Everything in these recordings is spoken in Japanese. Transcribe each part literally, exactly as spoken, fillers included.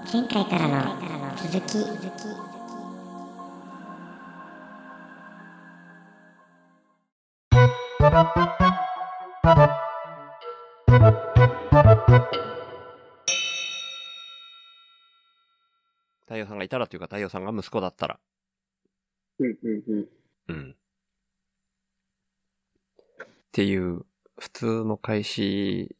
前回からの続き。 太陽さんがいたらというか、太陽さんが息子だったら。 うんうんうん。 うん。っていう、普通の開始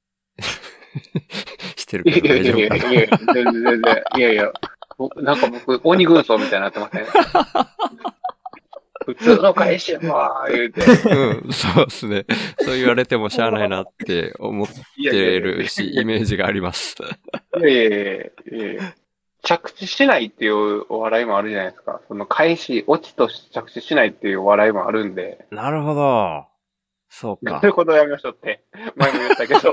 してるけど大丈夫かな。 いやいやいやいや、全然全然。いやいや、なんか僕、鬼軍曹みたいになってません？普通の返しやわー、言うて。 うん、そうですね。そう言われてもしゃあないなって思ってるし、イメージがあります。 いやいやいやいやいや着地しないっていうお笑いもあるじゃないですか。その返し、オチとして着地しないっていうお笑いもあるんで。 なるほど。そうか。 そういうことをやめましょうって。前も言ったけど。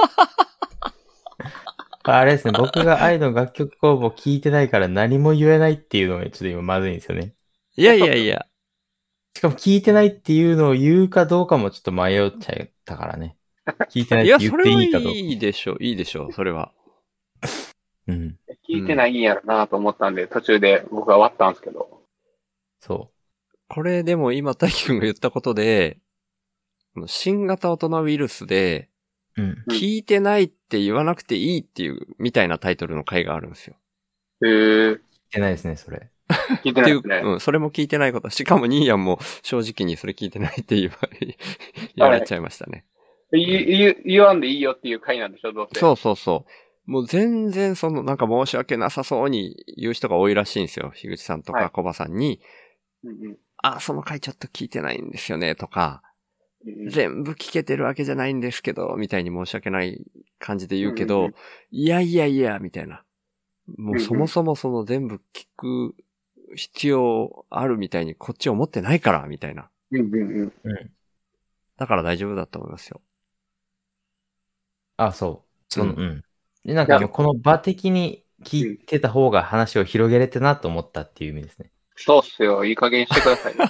あれですね、僕が愛の楽曲工房聞いてないから何も言えないっていうのがちょっと今まずいんですよね。 いやいやいや。 しかも聞いてないっていうのを言うかどうかもちょっと迷っちゃったからね。聞いてないいや、 って言ってそれはいいかどうか。 いでしょう。いいでしょう。それは。 うん。 聞いてないんやろなと思ったんで、途中で僕は終わったんですけど。 そこれでも今、大輝くんが言ったことで、新型大人ウイルスで、 う。うん。 聞いてないって言わなくていいっていう、みたいなタイトルの回があるんですよ。 へー。 聞いてないですね、それ。 聞いてないですね。 うん、それも聞いてないこと。しかもニーヤンも正直にそれ聞いてないって言わ言われちゃいましたね。 言言言わんでいいよっていう回なんでしょ、どうせ。 そうそうそう。もう全然そのなんか申し訳なさそうに言う人が多いらしいんですよ。樋口さんとはいか小葉さんに、 うんうんあ、その回ちょっと聞いてないんですよねとか、 うんうん、 全部聞けてるわけじゃないんですけど、みたいに申し訳ない感じで言うけど、 うんうんうんいやいやいや、みたいな。もうそもそもその全部聞く必要あるみたいにこっち思ってないから、みたいな。 うんうんうん。 うん。 だから大丈夫だと思いますよ。 あ、そう。その、 ううんん。で、なんか今この場的に聞いてた方が話を広げれてなと思ったっていう意味ですね。 そうっすよ。いい加減してくださいよ。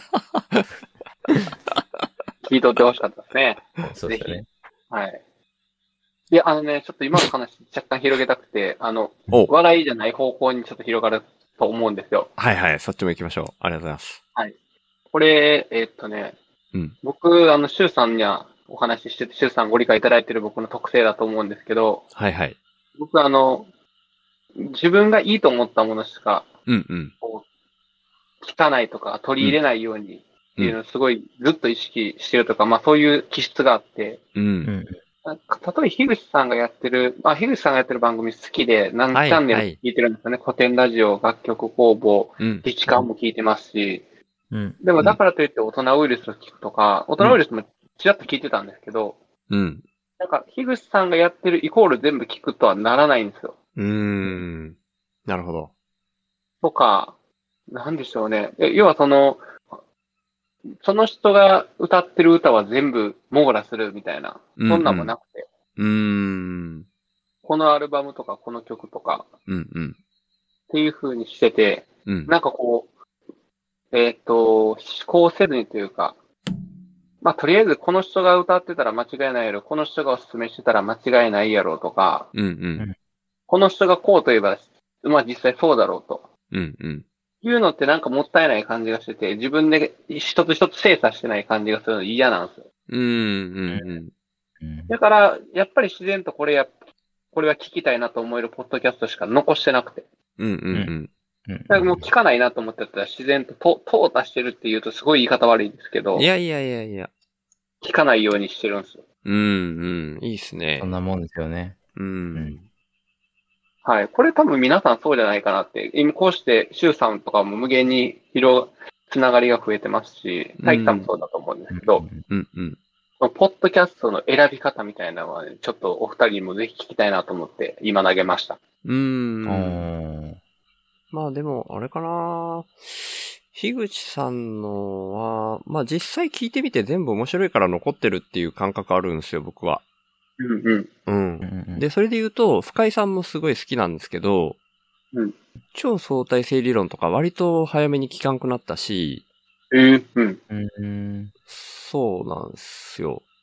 聞いとってほしかったですね。 そうですよね。 はい。いや、あのね、ちょっと今の話若干広げたくて、あの、 お笑いじゃない方向にちょっと広がると思うんですよ。 はいはい、そっちも行きましょう。ありがとうございます。 これ、えーっとね、 うん。 僕、あの、シュウさんにはお話ししてて、シュウさんご理解いただいている僕の特性だと思うんですけど、 はいはい。 僕、あの、自分がいいと思ったものしか、 うんうん。 こう、聞かないとか、取り入れないようにっていうのをすごいずっと意識してるとか、まあそういう気質があって、 う。 うんん。 なんか例えば、樋口さんがやってる、あ、樋口さんがやってる番組好きで、何チャンネル聞いてるんですよね。古典ラジオ、楽曲工房、 うん。 劇感も聞いてますし、 うん。 でもだからといって大人ウイルスを聞くとか、大人ウイルスもちらっと聞いてたんですけど、 うん。 なんか、樋口さんがやってるイコール全部聞くとはならないんですよ。 うーん。なるほど。 とか、なんでしょうね。え要はその、その人が歌ってる歌は全部網羅するみたいな、そんなんもなくて、 うーん。 このアルバムとかこの曲とかうんうん。 っていう風にしてて、 うん。 なんかこう、えっと、思考せずにというか、まあとりあえずこの人が歌ってたら間違いないやろ、この人がおすすめしてたら間違いないやろとか、 うんうん。 この人がこうといえば、まあ実際そうだろうと。 うんうん。 いうのってなんかもったいない感じがしてて、自分で一つ一つ精査してない感じがするの嫌なんですよ。 うんうんうん。 だから、やっぱり自然とこれや、これは聞きたいなと思えるポッドキャストしか残してなくて。 うん。うんうんうん。 だからもう聞かないなと思ってたら自然とと、淘汰してるって言うとすごい言い方悪いですけうどん。い、やいやいやいや。 聞かないようにしてるんですよ。 うんうん。いいっすね。 そんなもんですよね。 ううんん。 はい。これ多分皆さんそうじゃないかなって。今こうして、シュウさんとかも無限に広、つながりが増えてますし、大輝さんもそうだと思うんですけど、 うんうん。 そのポッドキャストの選び方みたいなのはね、ちょっとお二人にもぜひ聞きたいなと思って今投げました。 うーん。 うん。 まあでも、あれかな。樋口さんのは、まあ実際聞いてみて全部面白いから残ってるっていう感覚あるんですよ、僕は。 うんうん。 う。 うんん。 で、それで言うと、深井さんもすごい好きなんですけど、 うん超相対性理論とか割と早めに聞かんくなったし、 えー、うん。 うん。 そうなんですよ。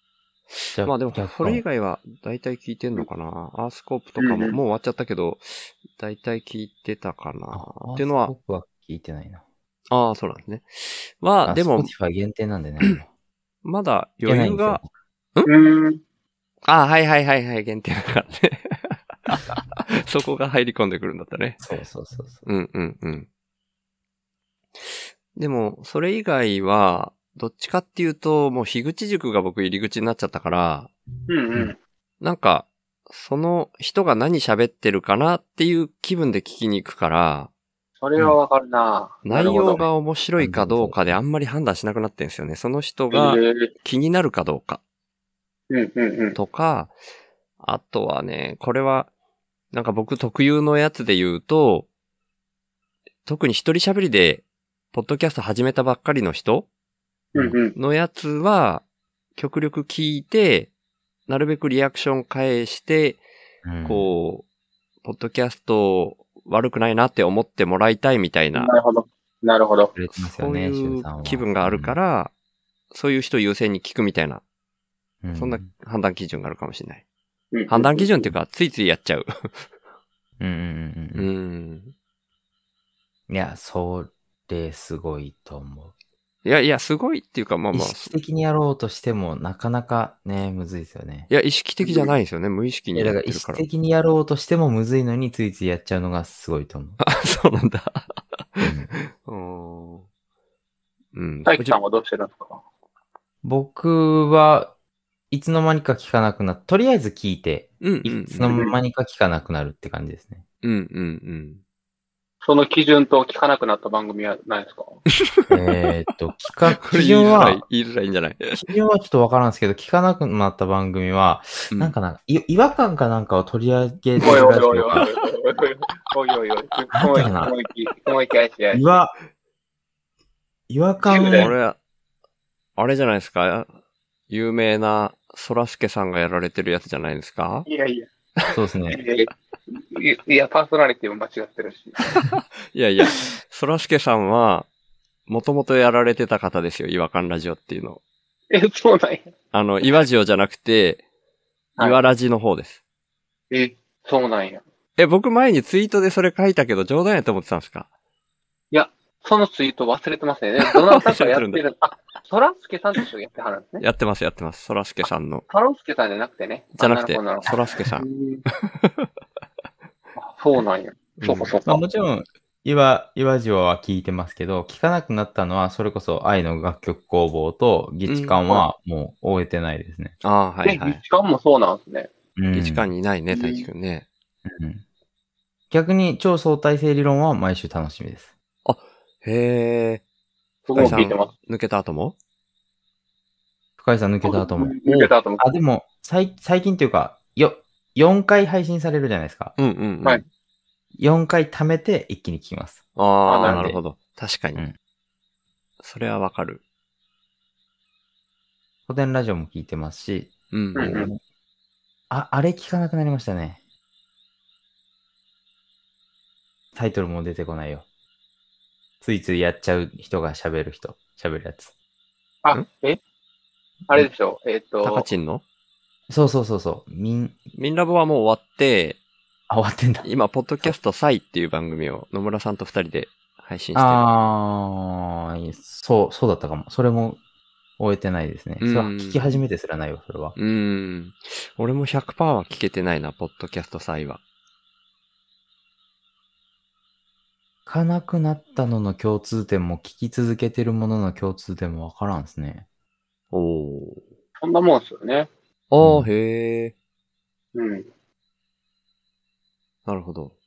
じゃあまあでも、 逆それ以外は大体聞いてんのかな。アースコープとかも、 うんうんもう終わっちゃったけど、大体聞いてたかな。 あっていうのは、 僕は聞いてないな。 ああ、そうなんですね。まあ、 あ、 でも、 Spotify 限定なんでね。今まだ聞けないんですよ余裕が、 うーん。 ああ、はいはいはいはい、限定だからね。そこが入り込んでくるんだったね。 そうそうそうそうんうんうん。でも、それ以外は、どっちかっていうと、もう樋口塾が僕入り口になっちゃったから、 うんうん。 なんか、その人が何喋ってるかなっていう気分で聞きに行くから、 それはわかるな。なる内容ほど。 が面白いかどうかであんまり判断しなくなってんですよね。その人えがー気になるかどうかうんうんうん。 とか、あとはね、これは、なんか僕特有のやつで言うと、特に一人喋りで、ポッドキャスト始めたばっかりの人うんうん。 のやつは、極力聞いて、なるべくリアクション返して、 う。うん、 こう、ポッドキャスト悪くないなって思ってもらいたいみたいなな、るほど。なるほど。 くれてますそうよね、 いうシュウさんは気分があるか、ら、そういう人優先に聞くみたいな、 うんそんな判断基準があるかもしれない。 うん判断基準っていうか、ついついやっちゃう。 うんうんうんううん。 ん。 いや、それすごいと思う。 いやいや、すごいっていうか、まあ意まあ、 識的にやろうとしても、なかなかね、むずいですよね。 いや、意識的じゃないんですよね。無意識いや、 にやだから意ってるから。 識的にやろうとしてもむずいのについついやっちゃうのがすごいと思う。 あ、そうなんだ。 うんうーん。うん。 大輝さんはどうしてるんですか？ 僕はいつの間にか聞かなくなっとりあえず聞いて、 うんうんいつの間にか聞かなくなるって感じですね。 うん。うんうんうん。 その基準と聞かなくなった番組はないですか？ えーっと、聞か、 これ基準言いづらいは、、 言いづらいんじゃない？ 基準はちょっとわからんですけど、聞かなくなった番組は、 うんなんかな、い違和感かなんかを取り上げておいるラジオおいおいおいおいが、 おいおいおい。 なんていうかな雲行き、雲行き怪しい怪しい。 違和、違和感え俺、あれじゃないですか？有名なそらすけさんがやられてるやつじゃないですか？ いやいや。 そうですね。 いやいや、いや、パーソナリティも間違ってるし。 いやいや、そらすけさんは、もともとやられてた方ですよ、違和感ラジオっていうの。 え、そうなんや。 あの、岩ジオじゃなくて、 はい岩ラジの方です。 え、そうなんや。 え、僕前にツイートでそれ書いたけど冗談やと思ってたんですか？ いや、そのツイート忘れてますね。どなたかやって忘れてる。あ、そらすけさんと一緒にやってはるんですね。 やってます、やってます。そらすけさんの。 そらすけさんじゃなくてね。 じゃなくてあるほどなる、ほどそらすけさん。 あそうなんや。そうか、そうまあ、 か。 もちろん、岩、岩ジオは聞いてますけど、聞かなくなったのは、それこそ愛の楽曲工房と議事館はもう終えてないですね。 ああ、はいえ、 はい。 時間もそうなんですね。 うん議事館にいないね、大輝くんね。 うん逆に超相対性理論は毎週楽しみです。 へえ。 僕も聞いてます。 抜けた後も？ 深井さん抜けた後も。 抜けた後も。 あ、でも、最最近というか、よ、よんかい配信されるじゃないですか。 うんうんうん。 はいよんかい貯めて一気に聞きます。 ああ、 あなんでなるほど。確かに。 うんそれはわかる。 古典ラジオも聞いてますし、 うんうんうんあ、あれ聞かなくなりましたね。タイトルも出てこないよ。ついついやっちゃう人が喋る人、喋るやつ。 あ、えあれでしょ。えっタカと、 チンのそうそうそうそう。みん、 ミンラボはもう終わって、 あ、終わってんだ。 今、ポッドキャストサイっていう番組を野村さんと二人で配信してる。 あー、そう、そうだったかも。それも終えてないですね。そうんれは聞き始めてすらないわ、それは。 うーん。俺も ひゃくパーセント は聞けてないな、ポッドキャストサイは。 聞かなくなったのの共通点も聞き続けてるものの共通点もわからんですね。 おー。 そんなもんですよね。 ああ、 うんへえ。 うん。 なるほど。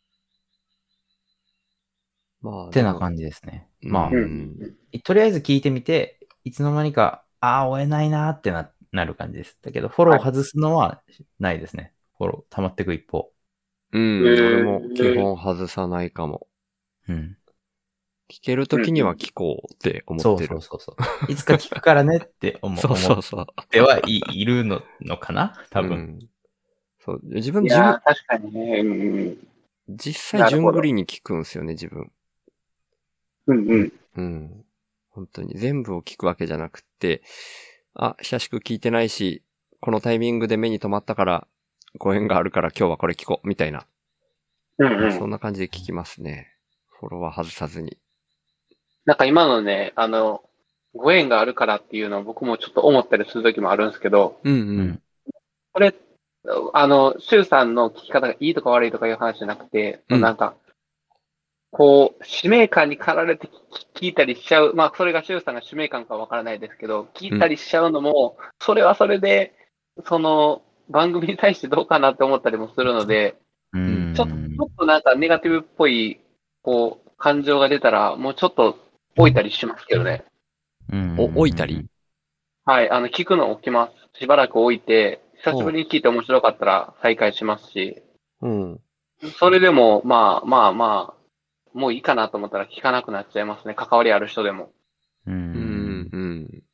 まあ。 ってなじ。 感じですね。 うんまあ、 うん。 とりあえず聞いてみて、いつの間にか、ああ、追えないなーってな、なる感じです。だけど、フォロー外すのはないですね。フォロー溜まっていく一方。 うん。 へー俺も基本外さないかも。 うん。 聞けるときには聞こうって思そうってる。 そうそうそう。いつか聞くからねって思そうそう思そう。 ってはい、いるののかな多分。 うんそう。自分、自分、 いやー、確かにね。うん。 実際順繰りに聞くんですよね、自分。 うんうん。 うん。本当に全部を聞くわけじゃなくって、あ、久しく聞いてないし、 このタイミングで目に留まったから、ご縁があるから今日はこれ聞こう、みたいな。 うんうん。 そんな感じで聞きますね。フォロワー外さずに。 なんか今のね、あの、ご縁があるからっていうのを僕もちょっと思ったりする時もあるんですけど、 うんう。 うんん。 これ、あの、シュウさんの聞き方がいいとか悪いとかいう話じゃなくて、 うんなんか、こう、使命感に駆られて聞いたりしちゃう。まあ、それがシュウさんが使命感かわからないですけど、聞いたりしちゃうのも、それはそれで、その、番組に対してどうかなって思ったりもするので、 うん。 ちょっと、ちょっとなんかネガティブっぽい、こう、感情が出たら、もうちょっと置いたりしますけどね。 うんお、置いたり。 はい、あの、聞くの置きます。しばらく置いて、久しぶりに聞いて面白かったら再開しますし、 うん。 それでも、まあまあまあ、もういいかなと思ったら聞かなくなっちゃいますね。関わりある人でも。 う。 うんん。うん。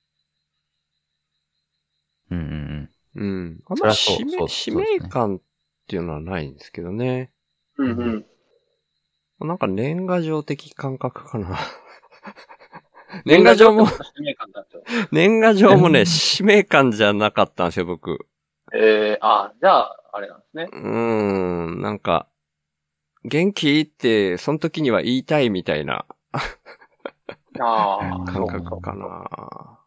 うん。うん。 うん。あんまそりゃそう使命、 そう使そうですね命感っていうのはないんですけどね。 うんうん。 なんか年賀状的感覚かな。年賀状も、 使命感だと。 年賀状もね、使命感じゃなかったんですよ、僕。 えー、あ、じゃあ、あれなんですね。 うーん、なんか、元気って、その時には言いたいみたいなああ、 感そうか覚かな。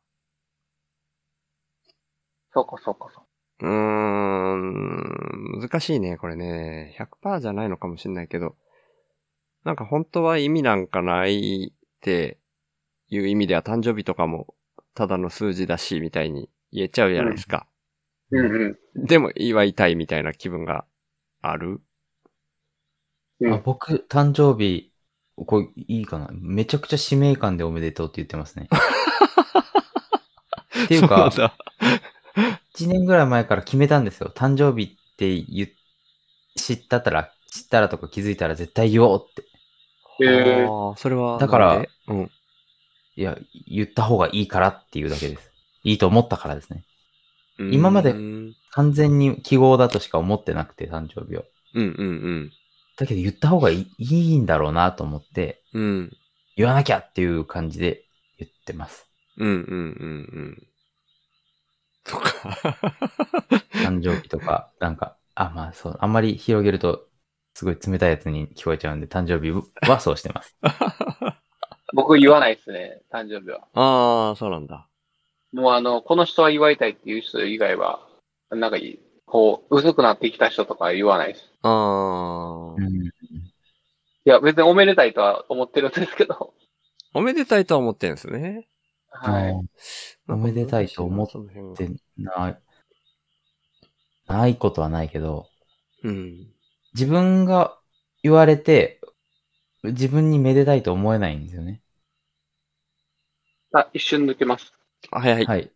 そうか、そうか、そううーん、難しいね、これね。ひゃくパーセントじゃないのかもしれないけど、なんか本当は意味なんかないっていう意味では誕生日とかもただの数字だし、みたいに言えちゃうじゃないですか。 うんうん。 でも祝いたいみたいな気分がある。 うんあ、僕、誕生日、これいいかな。めちゃくちゃ使命感でおめでとうって言ってますね。っていうか、 そうだ。 いちねんぐらい前から決めたんですよ。誕生日って言っ知ったら、知ったらとか気づいたら絶対言おうって。 えーああ、それはだからなんでうん。 いや、言った方がいいからっていうだけです。いいと思ったからですね。今までうーん完全に記号だとしか思ってなくて、誕生日を。 うんうんだけど言った方がいいいいんだろうなと思って、 うん。うん。 言わなきゃっていう感じで言ってます。 うんうんうんうん。そっか。 誕生日とか、なんか、あ、まあそう、あんまり広げると、すごい冷たいやつに聞こえちゃうんで、誕生日はそうしてます。 僕言わないですね、誕生日は。 ああ、そうなんだ。 もうあの、この人は祝いたいっていう人以外は、なんかいい、こう、薄くなってきた人とかは言わないです。 ああ、 うん。 いや、別におめでたいとは思ってるんですけど。 おめでたいとは思ってるんですね。 はい。 おめでたいと思っその辺がてない、ないことはないけど、 うん。 自分が言われて、自分にめでたいと思えないんですよね。 あ、一瞬抜けます。 あ、はいはい。 はい。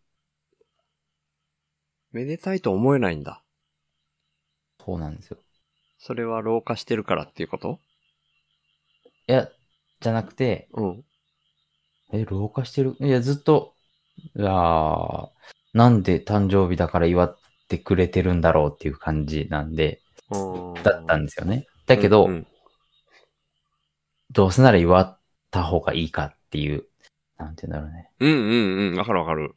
めでたいと思えないんだ。 そうなんですよ。 それは老化してるからっていうこといや、じゃなくて、 うん。 え、老化してるいや、ずっと、いやーなんで誕生日だから祝ってくれてるんだろうっていう感じなんで、だったんですよね。だけど、 うんうんどうせなら祝った方がいいかっていう、なんて言うんだろうね。 うんうんうん。わかるわかる。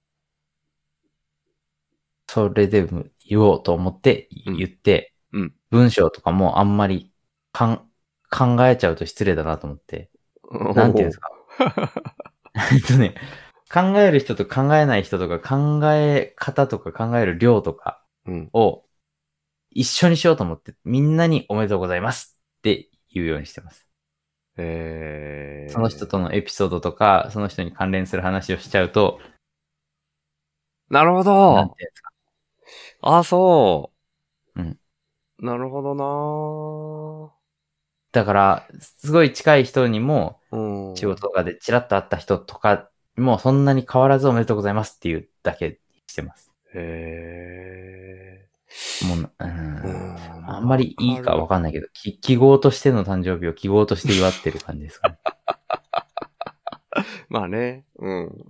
それで言おうと思って言って、 うんうん文章とかもあんまりかん考えちゃうと失礼だなと思って、なんていうんですか。えっとね、考える人と考えない人とか考え方とか考える量とかうん。 を一緒にしようと思って、みんなにおめでとうございますって言うようにしてます。 えー、 その人とのエピソードとか、その人に関連する話をしちゃうと、 なるほなんど。 ていうんですか。 あ、そう。 うん。 なるほどなだから、すごい近い人にも、 うん。 仕事とかでチラッと会った人とかもそんなに変わらずおめでとうございますっていうだけしてます。 へもう、うー。 ん、あんまりいいかわかんないけど、き記号としての誕生日を記号として祝ってる感じですかね。 まあね。うん。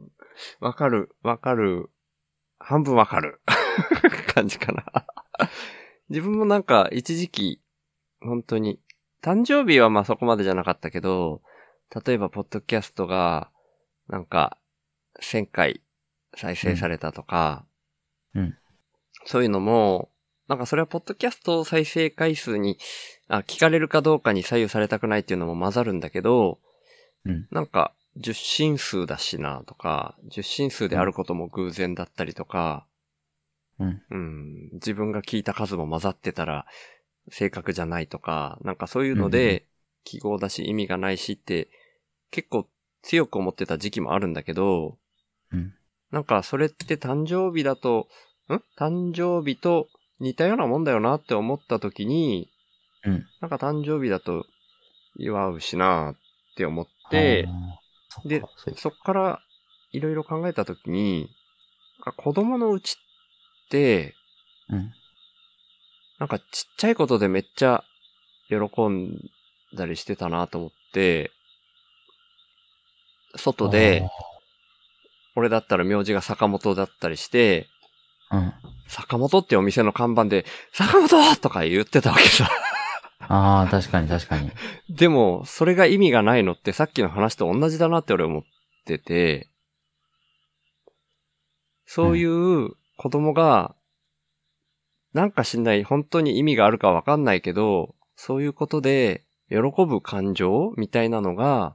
わかる、わかる。半分わかる。感じかな。自分もなんか一時期、本当に、誕生日はまあそこまでじゃなかったけど、例えばポッドキャストが、なんか、せんかい再生されたとか、 うんうんそういうのも、なんかそれはポッドキャスト再生回数に、あ、聞かれるかどうかに左右されたくないっていうのも混ざるんだけど、 うん。 なんか、受信数だしなとか、受信数であることも偶然だったりとか、 うん。 うん、自分が聞いた数も混ざってたら正確じゃないとか、なんかそういうので、記号だし意味がないしって結構強く思ってた時期もあるんだけど、 うん。 なんかそれって誕生日だと、ん誕生日と似たようなもんだよなって思った時に、 うん。 なんか誕生日だと祝うしなって思って、 あーそっかで、 そういうそっからいろいろ考えた時に、なんか子供のうちって、 うん。 なんかちっちゃいことでめっちゃ喜んだりしてたなと思って、外で、俺だったら名字が坂本だったりして、 あーうん。 坂本ってお店の看板で、坂本とか言ってたわけさ。 ああ、確かに確かに。 でも、それが意味がないのってさっきの話と同じだなって俺思ってて、そういう子供が、なんか知んない本当に意味があるかわかんないけど、そういうことで喜ぶ感情みたいなのが、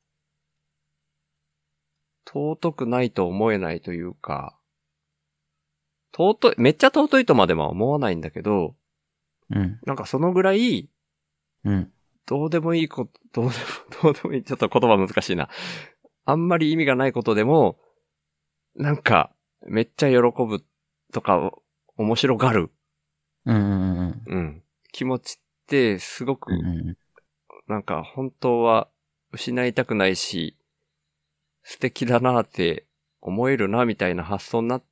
尊くないと思えないというか、尊い、めっちゃ尊いとまでは思わないんだけど、 うん。 なんかそのぐらい、 うん。 どうでもいいこと、どうでも、どうでもいい、ちょっと言葉難しいな。あんまり意味がないことでも、なんか、めっちゃ喜ぶとか、面白がる、 うんうんうん。 うん、気持ちってすごく、 うんうんなんか本当は失いたくないし、素敵だなって思えるなみたいな発想になって、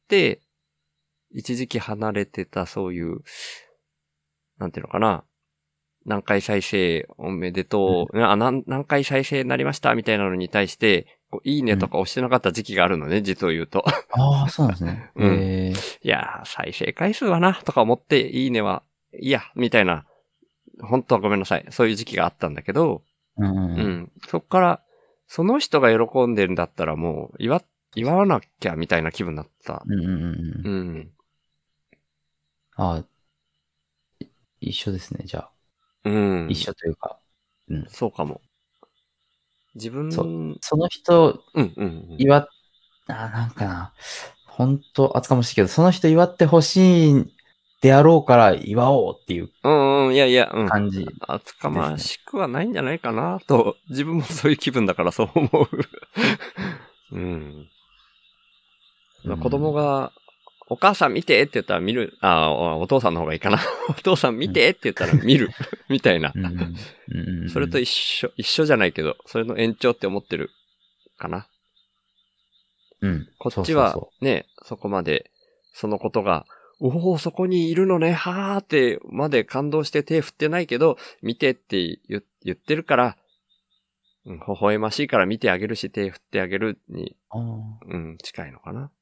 一時期離れてたそういう、なんていうのかな。何回再生おめでとう、あ何、何回再生になりましたみたいなのに対して、こういいねとか押してなかった時期があるのね、実を言うと。 ああ、そうなんですね。 うんへえ。 いやー、再生回数はな、とか思って、いいねは、いいや、みたいな、本当はごめんなさい。そういう時期があったんだけど、 うんうんううん。 ん。そっから、その人が喜んでるんだったらもう、祝、祝わなきゃみたいな気分になった。 うんうんうんううん。 ん。 ああ、い一緒ですね、じゃあ。 うん。 一緒というか。うん。 そうかも。自分、 そうう。その人、 ん、うん、うん。 祝っ、あーなんかな。本当厚かましいけど、その人祝ってほしいであろうから祝おうっていううん、うん、いやいや、うん。 感じ。 厚かましくはないんじゃないかなと、自分もそういう気分だからそう思う。うん。 うん子供が、お母さん見てって言ったら見る、あ、お父さんの方がいいかな。お父さん見てって言ったら見る。みたいな。 うんうんうんうんそれと一緒、一緒じゃないけど、それの延長って思ってるかな。 うん。 こっちはそうそね、そこまで、そのことが、おお、そこにいるのね、はーってまで感動して手振ってないけど、見てって言言ってるから、うん、微笑ましいから見てあげるし、手振ってあげるに、 う。あうん、近いのかな。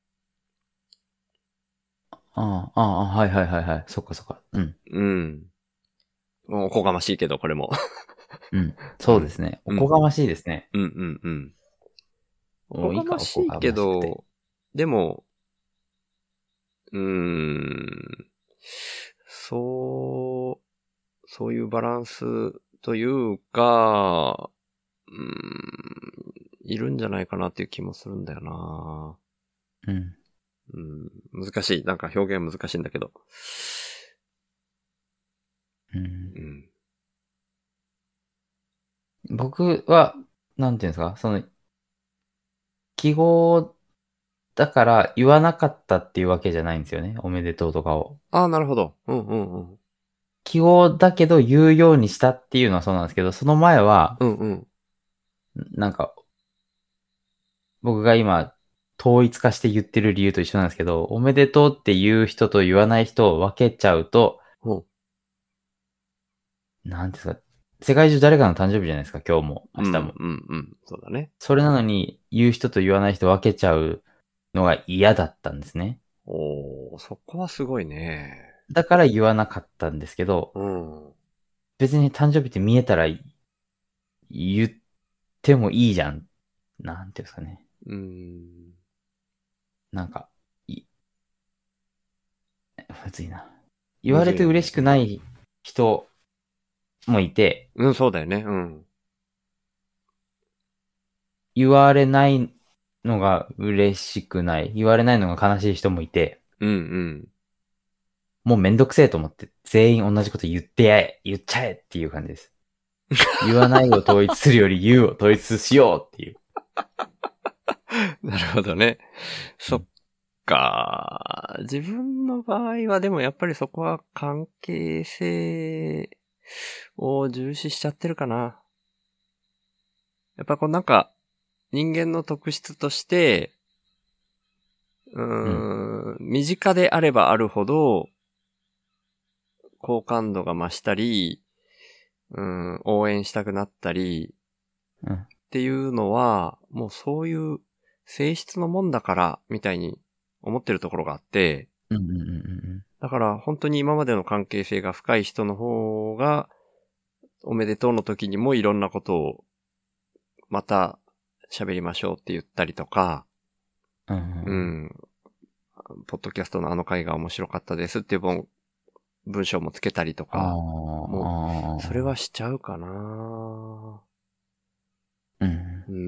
あ、ああ、ああ、はいはいはいはい。そっかそっか。うん。 うん。もうおこがましいけど、これも。 うん。そうですね。 うんおこがましいですね。 うんうんうん。おこもういいかがましいけおこがましくど、でも、うーん、そう、そういうバランスというか、うーん、いるんじゃないかなっていう気もするんだよな。 うん。 うん、難しい。なんか表現難しいんだけど。 うんう。ん、 僕は、なんていうんですか、その、記号だから言わなかったっていうわけじゃないんですよね。おめでとうとかを。 ああ、なるほど。うんうんうん。 記号だけど言うようにしたっていうのはそうなんですけど、その前は、 うんうん。 なんか、僕が今、統一化して言ってる理由と一緒なんですけど、おめでとうって言う人と言わない人を分けちゃうと、 ほなんていうんですか、世界中誰かの誕生日じゃないですか、今日も、 う明日も。 うんうんうん。そうだね。 それなのに、言う人と言わない人分けちゃうのが嫌だったんですね。 おー、そこはすごいね。 だから言わなかったんですけど、 うん。 別に誕生日って見えたら言ってもいいじゃん。なんていうんですかね。 うん。 なんか、いむずいな。言われて嬉しくない人もいて、 うん、そうだよね。うん。 言われないのが嬉しくない、言われないのが悲しい人もいて、 うんうん。 もうめんどくせえと思って全員同じこと言ってやえ、言っちゃえっていう感じです。言わないを統一するより言うを統一しようっていう。 なるほどね。そっか。自分の場合はでもやっぱりそこは関係性を重視しちゃってるかな。やっぱこうなんか人間の特質として、うーん、身近であればあるほど好感度が増したり、うん、応援したくなったりうん。 っていうのは、もうそういう性質のもんだからみたいに思ってるところがあって、 うんうんうんうんだから本当に今までの関係性が深い人の方が、おめでとうの時にもいろんなことをまた喋りましょうって言ったりとか、 うん。うんううんん、ポッドキャストのあの回が面白かったですっていう文文章もつけたりとあか、もあ。 う、それはしちゃうかな。 うん。 うん。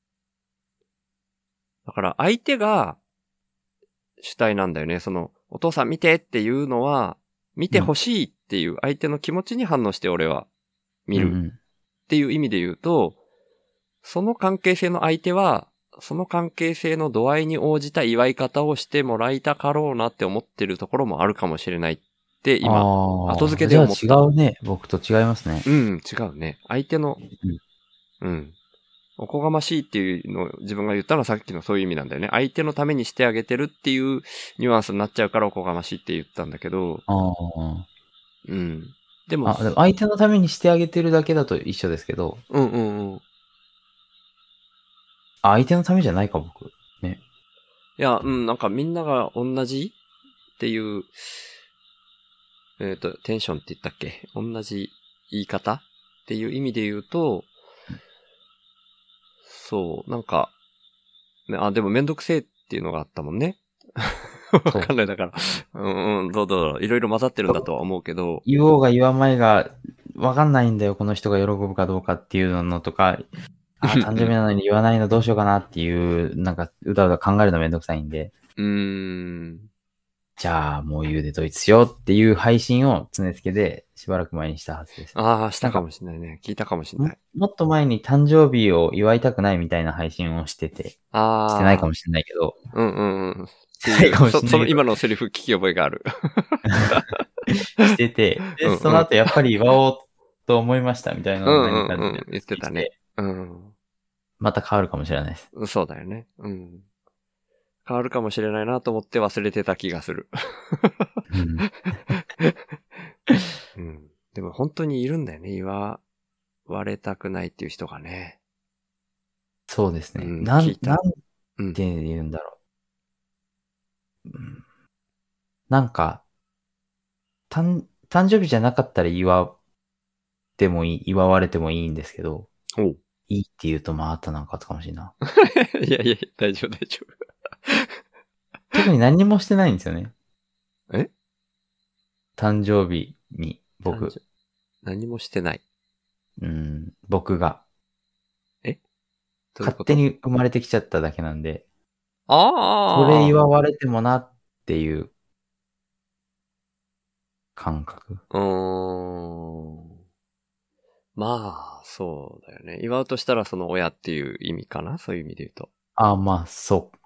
だから相手が主体なんだよね。その、お父さん見てっていうのは、見てほしいっていう相手の気持ちに反応して俺は見るうんうんっていう意味で言うと、その関係性の相手は、その関係性の度合いに応じた祝い方をしてもらいたかろうなって思ってるところもあるかもしれないって今、 ああ。 後付けで思った。 じゃあ違うね。僕と違いますね。 うん、違うね。相手の、 うんうん。おこがましいっていうのを自分が言ったのはさっきのそういう意味なんだよね。相手のためにしてあげてるっていうニュアンスになっちゃうからおこがましいって言ったんだけど、 ああ。 うん。でも、 あ、でも相手のためにしてあげてるだけだと一緒ですけど、 うんうんうん。 あ、相手のためじゃないか、僕。ね。 いや、うん、なんかみんなが同じっていう、えっと、テンションって言ったっけ？同じ言い方っていう意味で言うと、そう、なんか、ね、あ、でもめんどくせえっていうのがあったもんね。わかんない、だから。うんうん、どうどう、いろいろ混ざってるんだとは思うけど。 言おうが言わまいが、わかんないんだよ、この人が喜ぶかどうかっていうのとか、あ、誕生日なのに言わないのどうしようかなっていう、なんか、うだうだ考えるのめんどくさいんで、 うーん。 じゃあ、もう言うで統一しようっていう配信を常付けでしばらく前にしたはずです。 ああ、したかもしれないね。聞いたかもしれもない。 もっと前に誕生日を祝いたくないみたいな配信をしてて、 ああ。 してないかもしれないけど、 うんうんうん。 してないかもしれないけどそその今のセリフ聞き覚えがある。 してて、で、 うんうんその後やっぱり祝おうと思いましたみたいなうのをんうんうん何かで。 言ってたね。うん。 また変わるかもしれないです。 そうだよね。うん。変わるかもしれないなと思って忘れてた気がする。 うんうん。でも本当にいるんだよね。祝われたくないっていう人がね。 そうですね。 うんなん聞い、たなんうん。 て言うんだろう。うんなんか、誕、誕生日じゃなかったら祝ってもいい、祝われてもいいんですけど、 おう。 いいって言うとまああとなんかあったかもしれんない。 いやいや、大丈夫大丈特に何にもしてないんですよね。 え誕生日に、 夫。 僕誕生。何もしてない。 うん、僕が。 どういうこと勝手に生まれてきちゃっただけなんで、 ああ。 それ祝われてもなっていう感覚。 うーん。まあ、そうだよね。祝うとしたらその親っていう意味かな、そういう意味で言うと。 ああ、まあ、そう。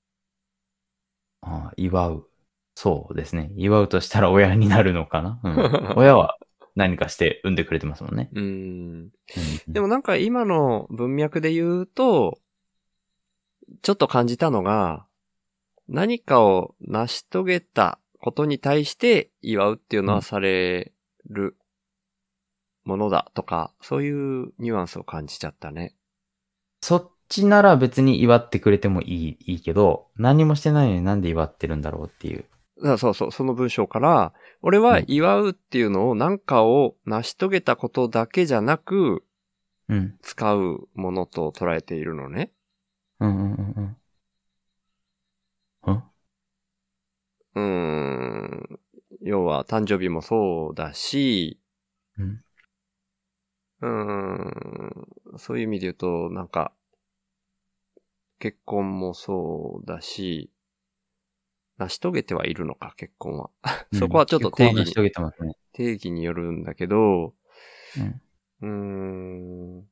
ああ祝う。そうですね。祝うとしたら親になるのかな、うん、親は何かして産んでくれてますもんね。 うーん。 うんでもなんか今の文脈で言うと、ちょっと感じたのが、何かを成し遂げたことに対して祝うっていうのはされるものだとか、そういうニュアンスを感じちゃったね。 そっちなら別に祝ってくれてもいい、いいけど、何もしてないのになんで祝ってるんだろうっていう。 そうそうそう、その文章から、俺は祝うっていうのを何かを成し遂げたことだけじゃなく、 うん。 使うものと捉えているのね。 うんうんうんうん。んうーん、要は誕生日もそうだし、 うん。 うーん、そういう意味で言うと、なんか、結婚もそうだし、成し遂げてはいるのか、結婚は。そこはちょっと定義に、 結構話し遂げてますね。 定義によるんだけど、 うん。 うーん、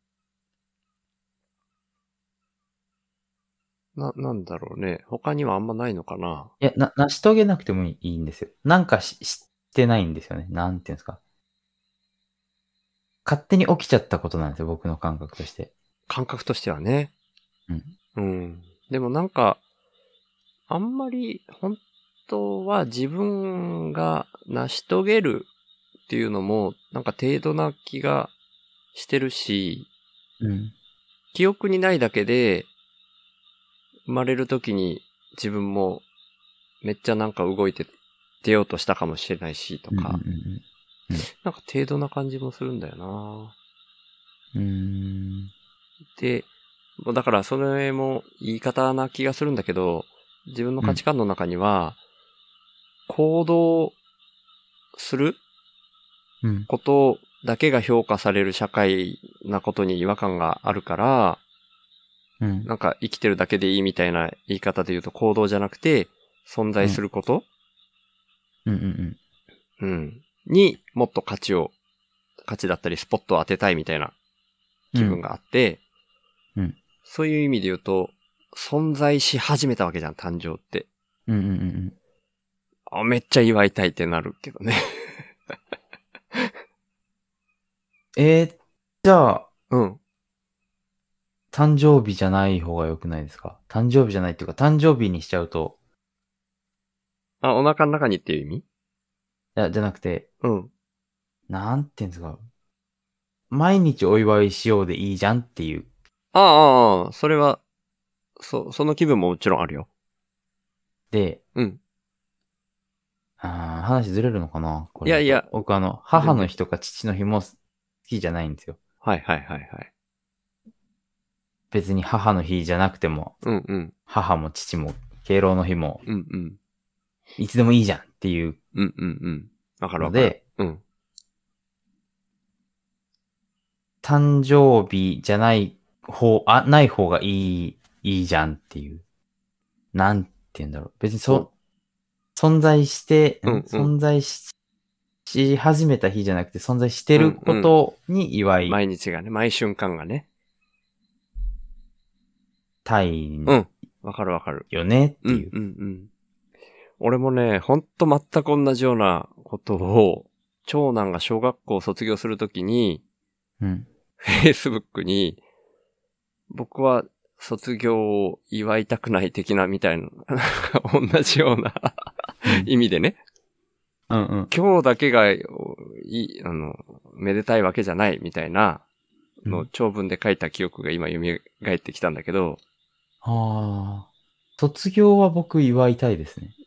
な、なんだろうね。他にはあんまないのかな。 いや、な、成し遂げなくてもいいんですよ。なんかし、してないんですよね。なんていうんですか。勝手に起きちゃったことなんですよ、僕の感覚として。 感覚としてはね。 うん。 うん。でもなんか、あんまり本当は自分が成し遂げるっていうのも、なんか程度な気がしてるし、 うん。 記憶にないだけで、生まれる時に自分もめっちゃなんか動いて出ようとしたかもしれないしとか、 うんうんうんなんか程度な感じもするんだよな。 うん。うーん。 で、もうだからそれも言い方な気がするんだけど、自分の価値観の中には、行動するうん。 ことだけが評価される社会なことに違和感があるから、 うん。 なんか生きてるだけでいいみたいな言い方で言うと行動じゃなくて存在すること、 うんうんうん。 うん、にもっと価値を、価値だったりスポットを当てたいみたいな気分があって、 うんうんそういう意味で言うと、存在し始めたわけじゃん、誕生って。 うんうんうんうん。 あ、めっちゃ祝いたいってなるけどね。 えー、じゃあ、 うん。 誕生日じゃない方が良くないですか？誕生日じゃないっていうか、誕生日にしちゃうと、 あ、お腹の中にっていう意味？ いや、じゃなくて、 うん。 なんていうんですか。毎日お祝いしようでいいじゃんっていう。 ああ、ああ、それは、そ、その気分ももちろんあるよ。 で、 うん。 あー話ずれるのかなこれだと。 いやいや僕あの、母の日とか父の日も好きじゃないんですよ。 はいはいはいはい。 別に母の日じゃなくても、 うんうん。 母も父も、敬老の日も、 うんうん。 いつでもいいじゃんっていううんうんうん。わかるわかる。 ので、 うん。 誕生日じゃない方、あ、ない方がいい、いいじゃんっていう。なんて言うんだろう。別にそ、存在して、 うんうん存在し、し始めた日じゃなくて存在してることに祝い毎日がね、毎瞬間がね。 たいうん。わかるわかる。 よねってうんいう。 うんうん。俺もね、ほんと全く同じようなことを、長男が小学校を卒業するときに、 うん。 Facebook に、僕は卒業を祝いたくない的なみたいな、同じような意味でね、 うんうん。 今日だけがいい、あの、めでたいわけじゃないみたいなのを長文で書いた記憶が今蘇ってきたんだけど、 ああ。卒業は僕祝いたいですね。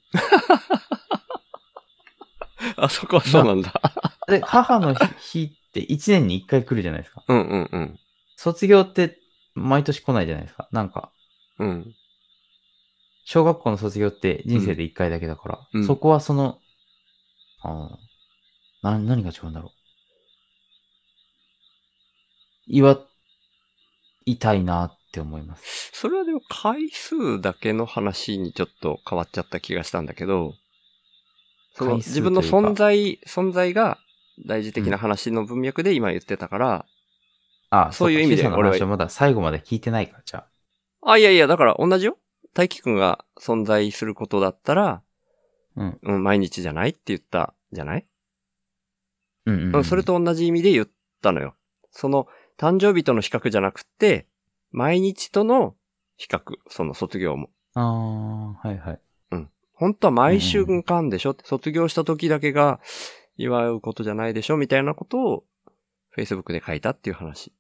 あそこはそうなんだ。 で、母の日って一年に一回来るじゃないですか。 うんうんうん。 卒業って毎年来ないじゃないですか。なんか、 うん。 小学校の卒業って人生で一回だけだから、 うんそこはその、ああ、な、何が違うんだろう。祝いたいなって思います。 それはでも回数だけの話にちょっと変わっちゃった気がしたんだけど、その回数自分のというか存在、存在が大事的な話の文脈で今言ってたから、 ああ、 そういう意味でそうか。 俺はシュウさんの話はまだ最後まで聞いてないから、じゃあ、いやいや、だから同じよ。大輝くんが存在することだったら、 あ。うん。 うん、毎日じゃないって言ったじゃない？ うんうん、うん。 うん、それと同じ意味で言ったのよ。その、誕生日との比較じゃなくて、毎日との比較、その卒業も。 ああ、はいはい。 本当は毎瞬間でしょって、卒業した時だけが祝うことじゃないでしょみたいなことを Facebook で書いたっていう話。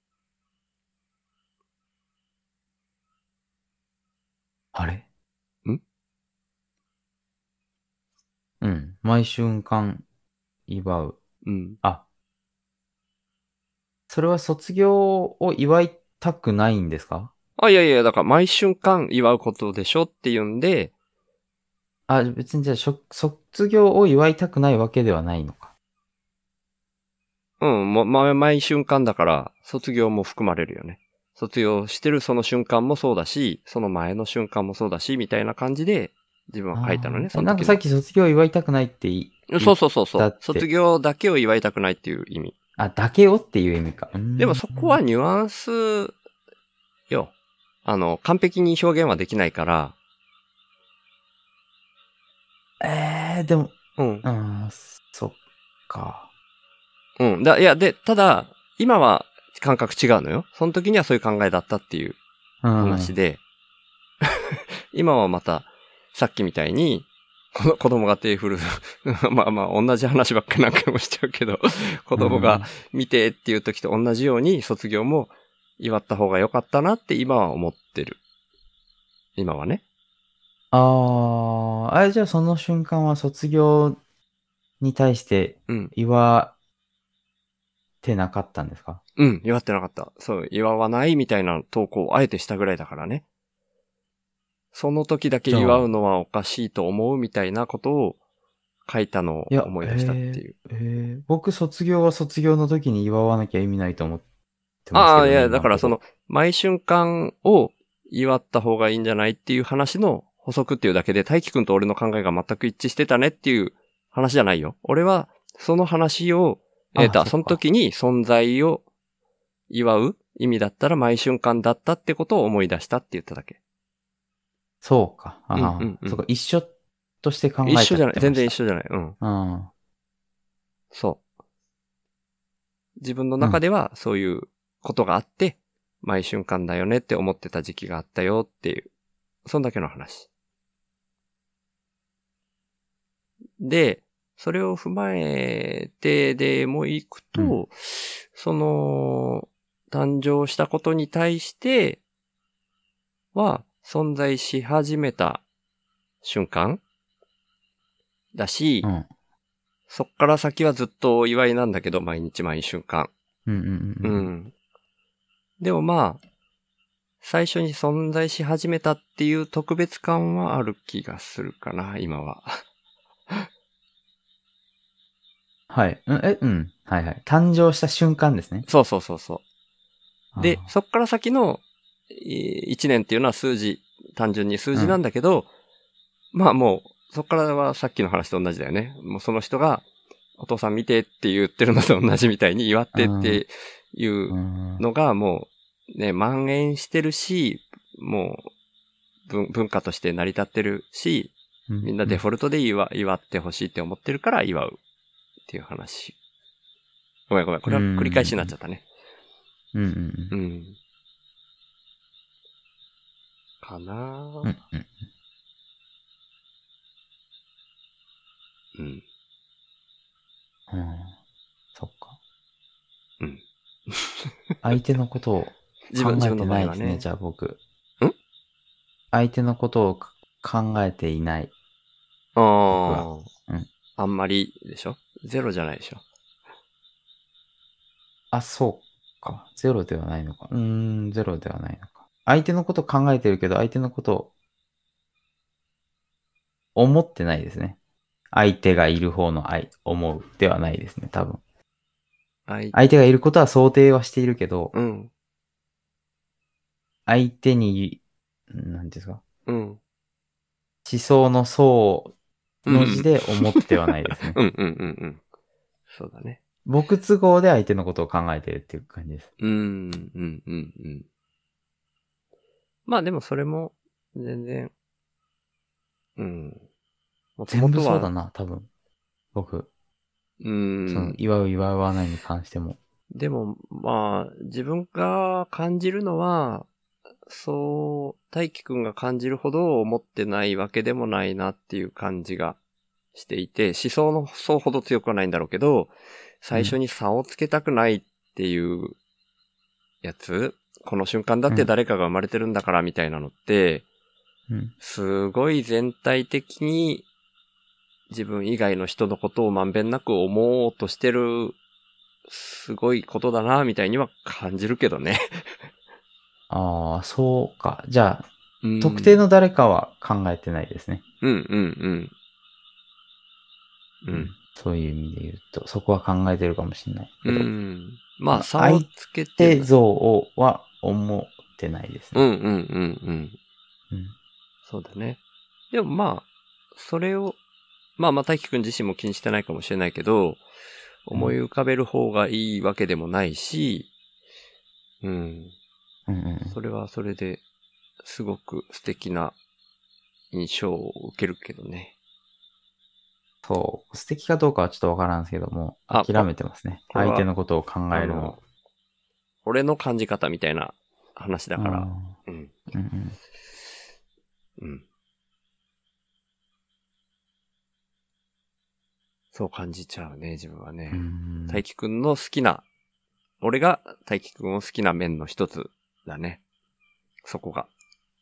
あれんうん。毎瞬間祝う。 うん。 あ。それは卒業を祝いたくないんですか？ あ、いやいや、だから毎瞬間祝うことでしょっていうんで、 あ、別にじゃあ、しょ卒業を祝いたくないわけではないのか。 うん、もう、ま、毎瞬間だから、卒業も含まれるよね。卒業してるその瞬間もそうだし、その前の瞬間もそうだし、みたいな感じで、自分は書いたのね、 あーその時の。 なんかさっき卒業を祝いたくないって言言そうそうそうそう。 だって卒業だけを祝いたくないっていう意味。 あ、だけをっていう意味か。うーんでもそこはニュアンスよ。あの、完璧に表現はできないから。 えー、でも、 うん。 うん、そっか。 うん。だ、いや、で、ただ、今は感覚違うのよ。その時にはそういう考えだったっていううん。 話で、今はまた、さっきみたいに、この子供が手振る。まあまあ、同じ話ばっかり何回もしちゃうけど、子供が見てっていう時と同じように卒業も祝った方が良かったなって今は思ってる。今はね。 ああ、あれじゃあその瞬間は卒業に対してうん。 祝ってなかったんですか？ うん、祝ってなかった。そう、祝わないみたいな投稿をあえてしたぐらいだからね。その時だけ祝うのはおかしいと思うみたいなことを書いたのをいや、 思い出したっていう。 えーえー僕卒業は卒業の時に祝わなきゃ意味ないと思ってますああ、 けどね。 いや、 今のとこだからその、毎瞬間を祝った方がいいんじゃないっていう話の補足っていうだけで、大輝くんと俺の考えが全く一致してたねっていう話じゃないよ。俺は、その話を、えっと、 あそっかその時に存在を祝う意味だったら毎瞬間だったってことを思い出したって言っただけ。 そうか。ああ、 うんうんうんそうか。一緒として考えちゃってました。 一緒じゃない。全然一緒じゃない。うん。 うん。 そう。自分の中ではそういうことがあって、毎瞬間だよねって思ってた時期があったよっていう、そんだけの話。で、それを踏まえてでもいくと、 うんその、誕生したことに対しては存在し始めた瞬間だし、 うん。 そっから先はずっとお祝いなんだけど、毎日毎瞬間。 うんうんううん。 ん。でもまあ、最初に存在し始めたっていう特別感はある気がするかな、今は。 はい。うん、え、うん。はいはい。誕生した瞬間ですね。 そうそうそうそう。で、 あそっから先のいちねんっていうのは数字、単純に数字なんだけど、まあもう、そっからはさっきの話と同じだよね。もうその人が、お父さん見てって言ってるのと同じみたいに祝ってっていーううんのがもう、ね、蔓延してるし、もう文、文化として成り立ってるし、みんなデフォルトで祝祝ってほしいって思ってるから祝うっていう話。ごめんごめん。これは繰り返しになっちゃったね。 うんうんううん。 ん。かなぁ。 うんうんうん。 うん。そっか。 うん。 相手のことを自分、 考え自分のてないですね、 場合はね。 じゃあ僕。 ん相手のことを考えていない。 あはあ。 うんあんまりでしょ？ゼロじゃないでしょ？ あ、そうか。ゼロではないのか。うーん、ゼロではないのか。相手のこと考えてるけど、相手のことを思ってないですね。相手がいる方の愛、思うではないですね、多分。 相相手がいることは想定はしているけど、 うん。 相手に、なんていうんですか、 うん。 思想の層の字で思ってはないですね。 うんうんうんうん。そうだね。 僕都合で相手のことを考えてるっていう感じです。 うん、うん、うん、うん。まあでもそれも、全然、うん。もと全もとは、 部そうだな、多分。僕。 うそのん。 祝う祝わないに関しても。 でも、まあ、自分が感じるのは、そう、大輝くんが感じるほど思ってないわけでもないなっていう感じがしていて、思想の層ほど強くはないんだろうけど、最初に差をつけたくないっていうやつ、この瞬間だって誰かが生まれてるんだからみたいなのって、 うん。 すごい全体的に自分以外の人のことをまんべんなく思おうとしてる、すごいことだなみたいには感じるけどね。 ああ、そうか。じゃあ、 うん特定の誰かは考えてないですね。 うんうんうん。うん。 そういう意味で言うと、そこは考えてるかもしれないけうど、 ん。まあ、 あ差をつけてる。 手像をは思ってないですね。 うんうんうんうん。 うんそうだね。でもまあ、それを、まあまあ、大輝くん自身も気にしてないかもしれないけど、思い浮かべる方がいいわけでもないし、うん。 うんうんそれはそれですごく素敵な印象を受けるけどね。 そう。素敵かどうかはちょっとわからんですけども、 あ諦めてますね。 これは相手のことを考えあるのはの。、俺の感じ方みたいな話だから、うん。 うんうんうん。そう感じちゃうね、自分はうね。 ん大輝くんの好きな、俺が大輝くんを好きな面の一つだね。そこが。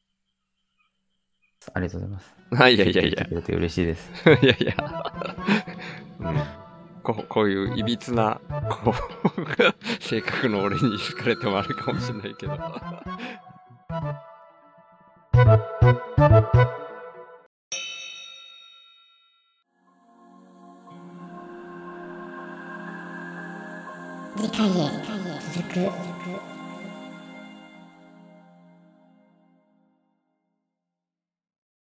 ありがとうございます。 あ、いやいやいや言ってく。れて嬉しいです。 いやいや。うん。こう、こういういびつな、こう、性格の俺に好かれてもあるかもしれないけど。 次回へ続く。